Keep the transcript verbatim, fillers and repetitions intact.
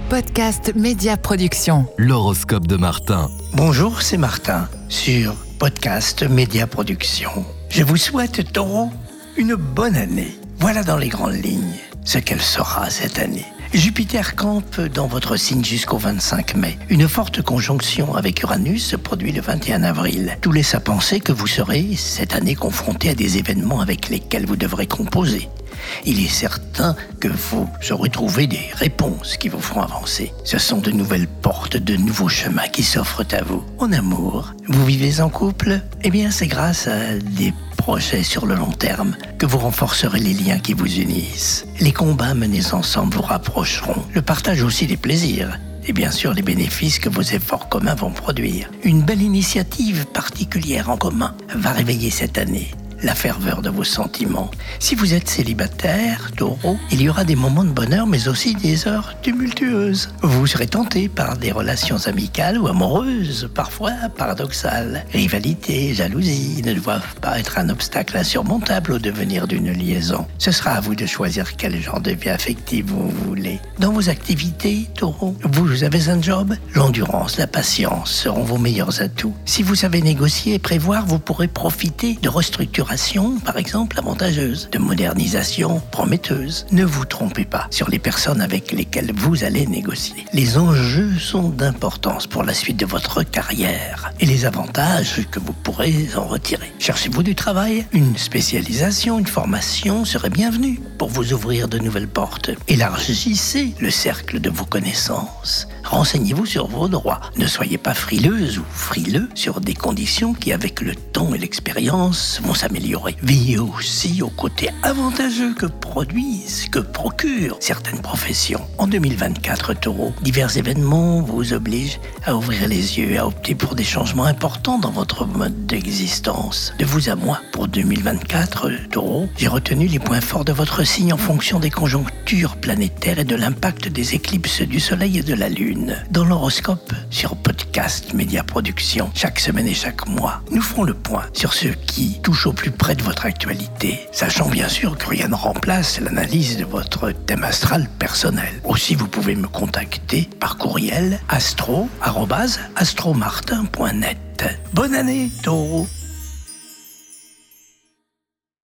Podcast Média Production. L'horoscope de Martin. Bonjour, c'est Martin sur Podcast Média Production. Je vous souhaite, Taureau, une bonne année. Voilà dans les grandes lignes ce qu'elle sera cette année. Jupiter campe dans votre signe jusqu'au vingt-cinq mai. Une forte conjonction avec Uranus se produit le vingt et un avril. Tout laisse à penser que vous serez cette année confronté à des événements avec lesquels vous devrez composer. Il est certain que vous aurez trouvé des réponses qui vous feront avancer. Ce sont de nouvelles portes, de nouveaux chemins qui s'offrent à vous. En amour, vous vivez en couple? Eh bien, c'est grâce à des projets sur le long terme que vous renforcerez les liens qui vous unissent. Les combats menés ensemble vous rapprocheront. Le partage aussi des plaisirs. Et bien sûr les bénéfices que vos efforts communs vont produire. Une belle initiative particulière en commun va réveiller cette année la ferveur de vos sentiments. Si vous êtes célibataire, Taureau, il y aura des moments de bonheur, mais aussi des heures tumultueuses. Vous serez tenté par des relations amicales ou amoureuses, parfois paradoxales. Rivalité, jalousie ne doivent pas être un obstacle insurmontable au devenir d'une liaison. Ce sera à vous de choisir quel genre de vie affective vous voulez. Dans vos activités, Taureau, vous avez un job? L'endurance, la patience seront vos meilleurs atouts. Si vous savez négocier et prévoir, vous pourrez profiter de restructurations, par exemple, avantageuse, de modernisation prometteuse. Ne vous trompez pas sur les personnes avec lesquelles vous allez négocier. Les enjeux sont d'importance pour la suite de votre carrière et les avantages que vous pourrez en retirer. Cherchez-vous du travail? Une spécialisation, une formation serait bienvenue pour vous ouvrir de nouvelles portes. Élargissez le cercle de vos connaissances. Renseignez-vous sur vos droits. Ne soyez pas frileuse ou frileux sur des conditions qui, avec le temps et l'expérience, vont s'améliorer. Veillez aussi au côté avantageux que produisent, que procurent certaines professions. En deux mille vingt-quatre, Taureau, divers événements vous obligent à ouvrir les yeux et à opter pour des changements importants dans votre mode d'existence. De vous à moi, pour deux mille vingt-quatre, Taureau, j'ai retenu les points forts de votre signe en fonction des conjonctures planétaires et de l'impact des éclipses du Soleil et de la Lune. Dans l'horoscope sur Podcast Média Production, chaque semaine et chaque mois, nous ferons le point sur ce qui touche au plus près de votre actualité, sachant bien sûr que rien ne remplace l'analyse de votre thème astral personnel. Aussi, vous pouvez me contacter par courriel astro arobase astromartin point net. Bonne année, Taureau!